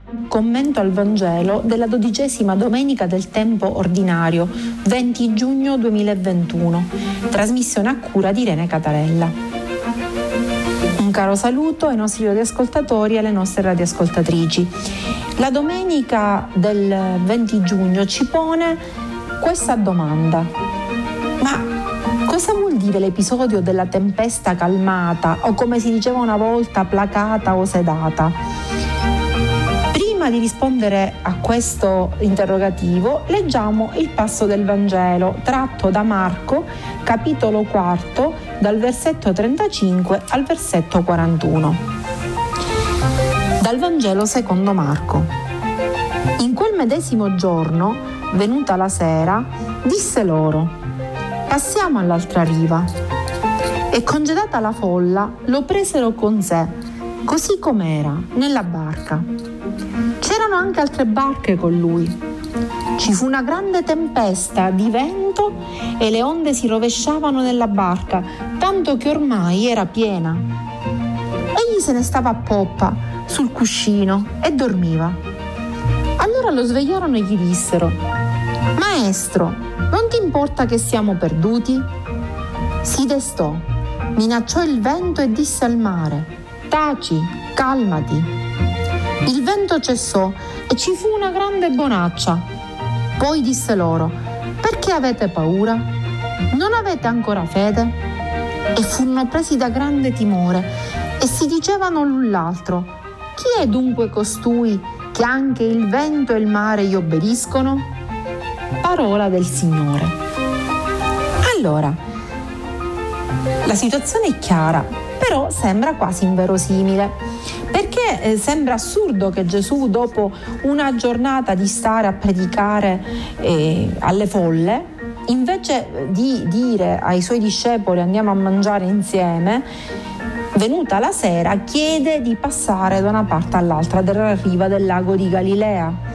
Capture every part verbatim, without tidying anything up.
Commento al Vangelo della dodicesima domenica del tempo ordinario, venti giugno duemilaventuno, trasmissione a cura di Irene Catarella. Un caro saluto ai nostri radioascoltatori e alle nostre radioascoltatrici. La domenica del venti giugno ci pone questa domanda: ma cosa vuol dire l'episodio della tempesta calmata o, come si diceva una volta, placata o sedata? Prima di rispondere a questo interrogativo, leggiamo il passo del Vangelo tratto da Marco, capitolo quarto, dal versetto trentacinque al versetto quarantuno. Dal Vangelo secondo Marco. In quel medesimo giorno, venuta la sera, disse loro: passiamo all'altra riva. E congedata la folla, lo presero con sé, così com'era, nella barca. C'erano anche altre barche con lui. Ci fu una grande tempesta di vento e le onde si rovesciavano nella barca, tanto che ormai era piena. Egli se ne stava a poppa, sul cuscino, e dormiva. Allora lo svegliarono e gli dissero: Maestro, non ti importa che siamo perduti? Si destò, minacciò il vento e disse al mare: taci, calmati. Il vento cessò e ci fu una grande bonaccia. Poi disse loro: perché avete paura? Non avete ancora fede? E furono presi da grande timore e si dicevano l'un l'altro: chi è dunque costui che anche il vento e il mare gli obbediscono? Parola del Signore. Allora, la situazione è chiara, però sembra quasi inverosimile, perché eh, sembra assurdo che Gesù, dopo una giornata di stare a predicare eh, alle folle, invece di dire ai suoi discepoli andiamo a mangiare insieme, venuta la sera chiede di passare da una parte all'altra della riva del lago di Galilea.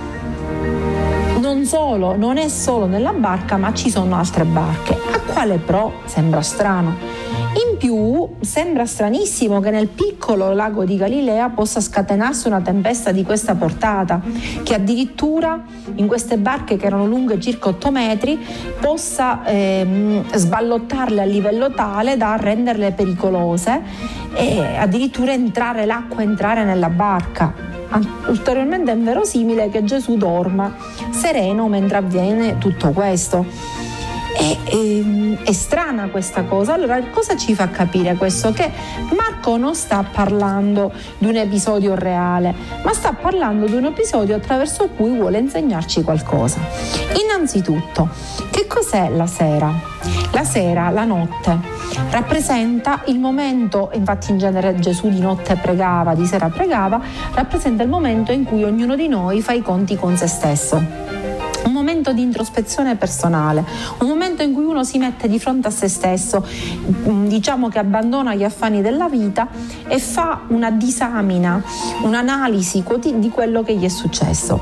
Non solo, non è solo nella barca, ma ci sono altre barche. A quale pro sembra strano. In più sembra stranissimo che nel piccolo lago di Galilea possa scatenarsi una tempesta di questa portata, che addirittura in queste barche, che erano lunghe circa otto metri, possa ehm, sballottarle a livello tale da renderle pericolose e addirittura entrare l'acqua entrare nella barca. Ulteriormente è inverosimile che Gesù dorma sereno mentre avviene tutto questo. È, è, è strana questa cosa. Allora, cosa ci fa capire questo? Che Marco non sta parlando di un episodio reale, ma sta parlando di un episodio attraverso cui vuole insegnarci qualcosa. Innanzitutto, che cos'è la sera? La sera, la notte, rappresenta il momento, infatti in genere Gesù di notte pregava, di sera pregava, rappresenta il momento in cui ognuno di noi fa i conti con se stesso. Un momento di introspezione personale, un momento in cui uno si mette di fronte a se stesso, diciamo che abbandona gli affanni della vita e fa una disamina, un'analisi di quello che gli è successo.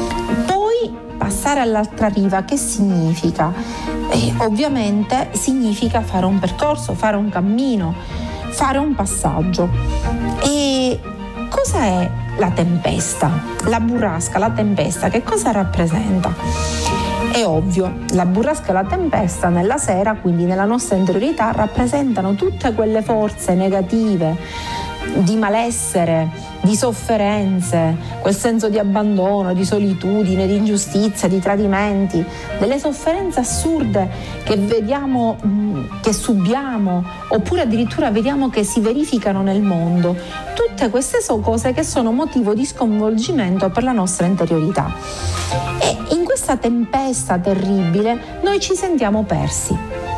Poi passare all'altra riva, che significa? Eh, ovviamente significa fare un percorso, fare un cammino, fare un passaggio. E cosa è la tempesta? La burrasca, la tempesta, che cosa rappresenta? È ovvio, la burrasca e la tempesta nella sera, quindi nella nostra interiorità, rappresentano tutte quelle forze negative, di malessere, di sofferenze, quel senso di abbandono, di solitudine, di ingiustizia, di tradimenti, delle sofferenze assurde che vediamo, che subiamo, oppure addirittura vediamo che si verificano nel mondo. Tutte queste sono cose che sono motivo di sconvolgimento per la nostra interiorità. E in questa tempesta terribile noi ci sentiamo persi,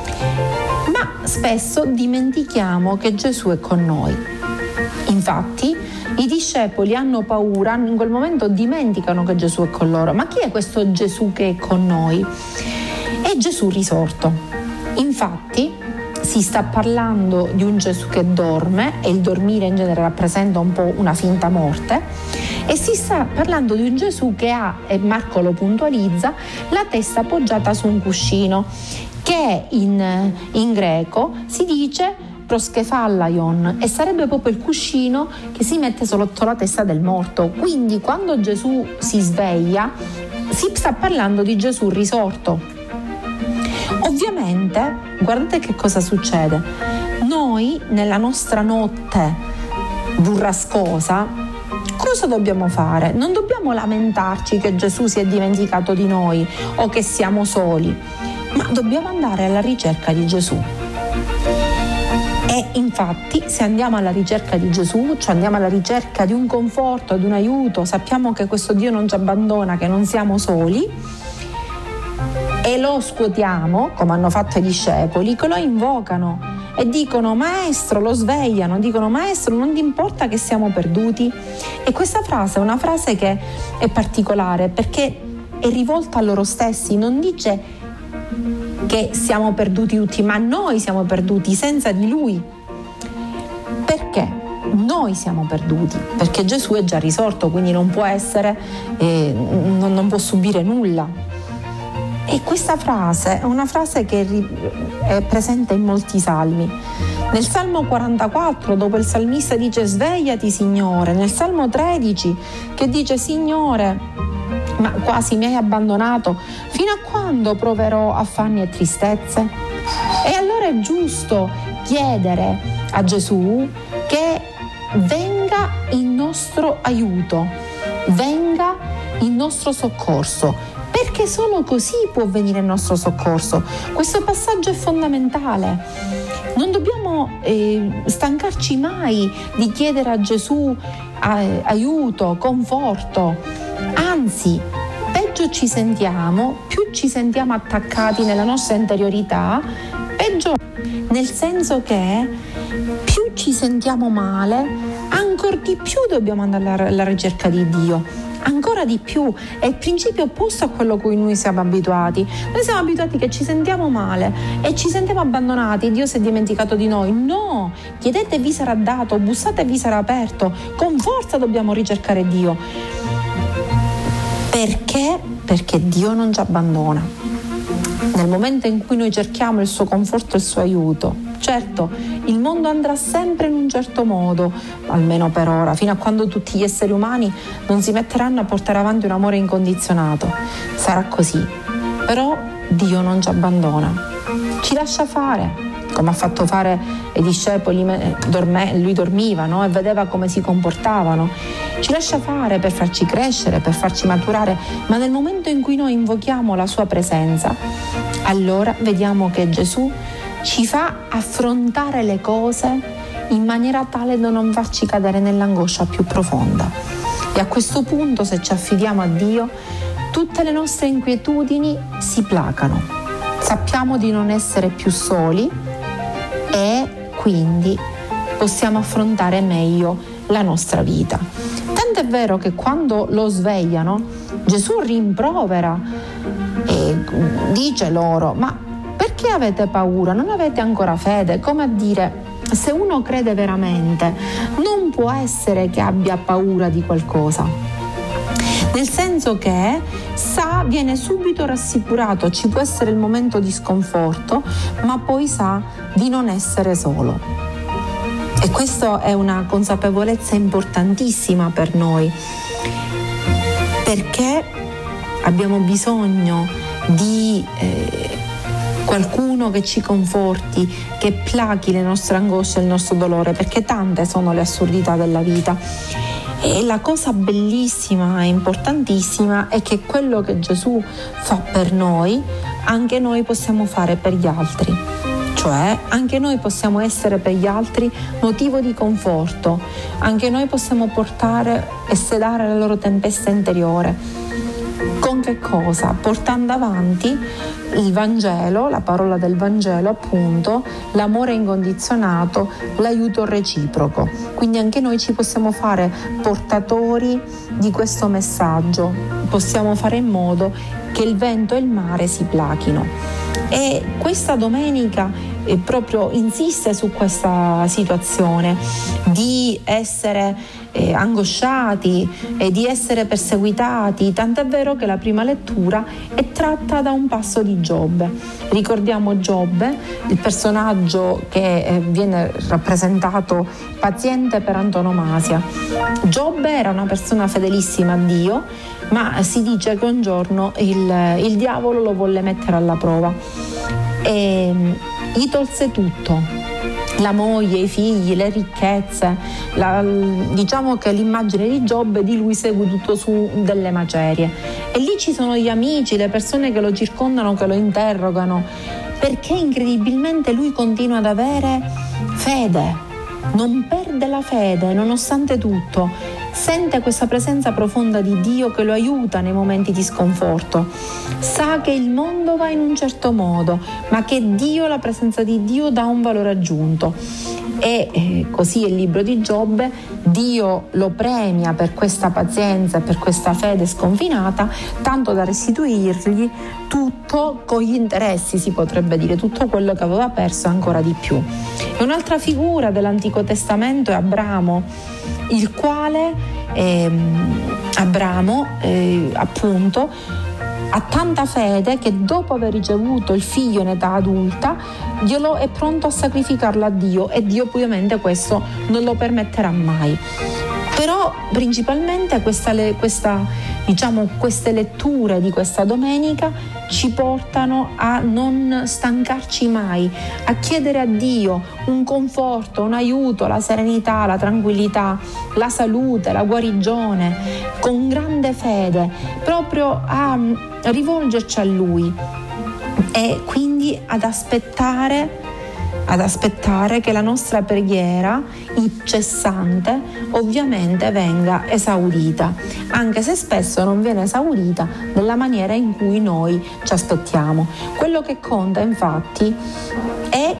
ma spesso dimentichiamo che Gesù è con noi. Infatti i discepoli hanno paura, in quel momento dimenticano che Gesù è con loro. Ma chi è questo Gesù che è con noi? È Gesù risorto. Infatti si sta parlando di un Gesù che dorme, e il dormire in genere rappresenta un po' una finta morte, e si sta parlando di un Gesù che ha, e Marco lo puntualizza, la testa appoggiata su un cuscino, che in, in greco si dice proskefallaion, e sarebbe proprio il cuscino che si mette sotto la testa del morto. Quindi quando Gesù si sveglia si sta parlando di Gesù risorto. Ovviamente, guardate che cosa succede. Noi nella nostra notte burrascosa cosa dobbiamo fare? Non dobbiamo lamentarci che Gesù si è dimenticato di noi o che siamo soli, ma dobbiamo andare alla ricerca di Gesù. E infatti, se andiamo alla ricerca di Gesù, cioè andiamo alla ricerca di un conforto, di un aiuto, sappiamo che questo Dio non ci abbandona, che non siamo soli, e lo scuotiamo, come hanno fatto i discepoli, che lo invocano e dicono: maestro, lo svegliano, dicono: maestro, non ti importa che siamo perduti? E questa frase è una frase che è particolare perché è rivolta a loro stessi, non dice che siamo perduti tutti, ma noi siamo perduti senza di Lui. Perché? Noi siamo perduti, perché Gesù è già risorto, quindi non può essere, eh, non, non può subire nulla. E questa frase è una frase che è presente in molti salmi. Nel Salmo quarantaquattro, dopo il salmista dice: svegliati Signore. Nel Salmo tredici, che dice: Signore, ma quasi mi hai abbandonato, fino a quando proverò affanni e tristezze? E allora è giusto chiedere a Gesù che venga in nostro aiuto, venga in nostro soccorso, perché solo così può venire il nostro soccorso. Questo passaggio è fondamentale. Non dobbiamo eh, stancarci mai di chiedere a Gesù eh, aiuto, conforto. Anzi, peggio ci sentiamo, più ci sentiamo attaccati nella nostra interiorità, peggio, nel senso che più ci sentiamo male, ancora di più dobbiamo andare alla, alla ricerca di Dio. Ancora di più, è il principio opposto a quello a cui noi siamo abituati. Noi siamo abituati che ci sentiamo male e ci sentiamo abbandonati, Dio si è dimenticato di noi. No, chiedete e vi sarà dato, bussate e vi sarà aperto. Con forza dobbiamo ricercare Dio. Perché? Perché Dio non ci abbandona. Nel momento in cui noi cerchiamo il suo conforto e il suo aiuto, certo, il mondo andrà sempre in un certo modo, almeno per ora, fino a quando tutti gli esseri umani non si metteranno a portare avanti un amore incondizionato. Sarà così. Però Dio non ci abbandona. Ci lascia fare, come ha fatto fare ai discepoli. Lui dormiva, no? E vedeva come si comportavano. Ci lascia fare per farci crescere, per farci maturare, ma nel momento in cui noi invochiamo la sua presenza, allora vediamo che Gesù ci fa affrontare le cose in maniera tale da non farci cadere nell'angoscia più profonda. E a questo punto, se ci affidiamo a Dio, tutte le nostre inquietudini si placano. Sappiamo di non essere più soli e quindi possiamo affrontare meglio la nostra vita. Tanto è vero che quando lo svegliano, Gesù rimprovera e dice loro: ma perché avete paura? Non avete ancora fede? Come a dire, se uno crede veramente, non può essere che abbia paura di qualcosa. Nel senso che sa, viene subito rassicurato, ci può essere il momento di sconforto, ma poi sa di non essere solo. E questa è una consapevolezza importantissima per noi, perché abbiamo bisogno di eh, qualcuno che ci conforti, che plachi le nostre angosce e il nostro dolore, perché tante sono le assurdità della vita. E la cosa bellissima e importantissima è che quello che Gesù fa per noi, anche noi possiamo fare per gli altri. Cioè, anche noi possiamo essere per gli altri motivo di conforto, anche noi possiamo portare e sedare la loro tempesta interiore. Con che cosa? Portando avanti il Vangelo, la parola del Vangelo, appunto, l'amore incondizionato, l'aiuto reciproco. Quindi anche noi ci possiamo fare portatori di questo messaggio, possiamo fare in modo che il vento e il mare si plachino. E questa domenica eh, proprio insiste su questa situazione di essere eh, angosciati e di essere perseguitati, tant'è vero che la prima lettura è tratta da un passo di Giobbe. Ricordiamo Giobbe, il personaggio che eh, viene rappresentato paziente per antonomasia. Giobbe era una persona fedelissima a Dio, ma si dice che un giorno il, il diavolo lo volle mettere alla prova e gli tolse tutto. La moglie, i figli, le ricchezze, la, diciamo che l'immagine di Giobbe di lui seduto su delle macerie, e lì ci sono gli amici, le persone che lo circondano, che lo interrogano, perché incredibilmente lui continua ad avere fede, non perde la fede nonostante tutto, sente questa presenza profonda di Dio che lo aiuta nei momenti di sconforto, sa che il mondo va in un certo modo, ma che Dio, la presenza di Dio dà un valore aggiunto. E eh, così il libro di Giobbe, Dio lo premia per questa pazienza e per questa fede sconfinata, tanto da restituirgli tutto con gli interessi, si potrebbe dire, tutto quello che aveva perso e ancora di più. E un'altra figura dell'Antico Testamento è Abramo, il quale ehm, Abramo eh, appunto ha tanta fede che dopo aver ricevuto il figlio in età adulta, glielo è pronto a sacrificarlo a Dio, e Dio ovviamente questo non lo permetterà mai. Però principalmente questa, questa, diciamo, queste letture di questa domenica ci portano a non stancarci mai, a chiedere a Dio un conforto, un aiuto, la serenità, la tranquillità, la salute, la guarigione, con grande fede, proprio a rivolgerci a Lui e quindi ad aspettare ad aspettare che la nostra preghiera incessante ovviamente venga esaudita, anche se spesso non viene esaudita nella maniera in cui noi ci aspettiamo. Quello che conta infatti è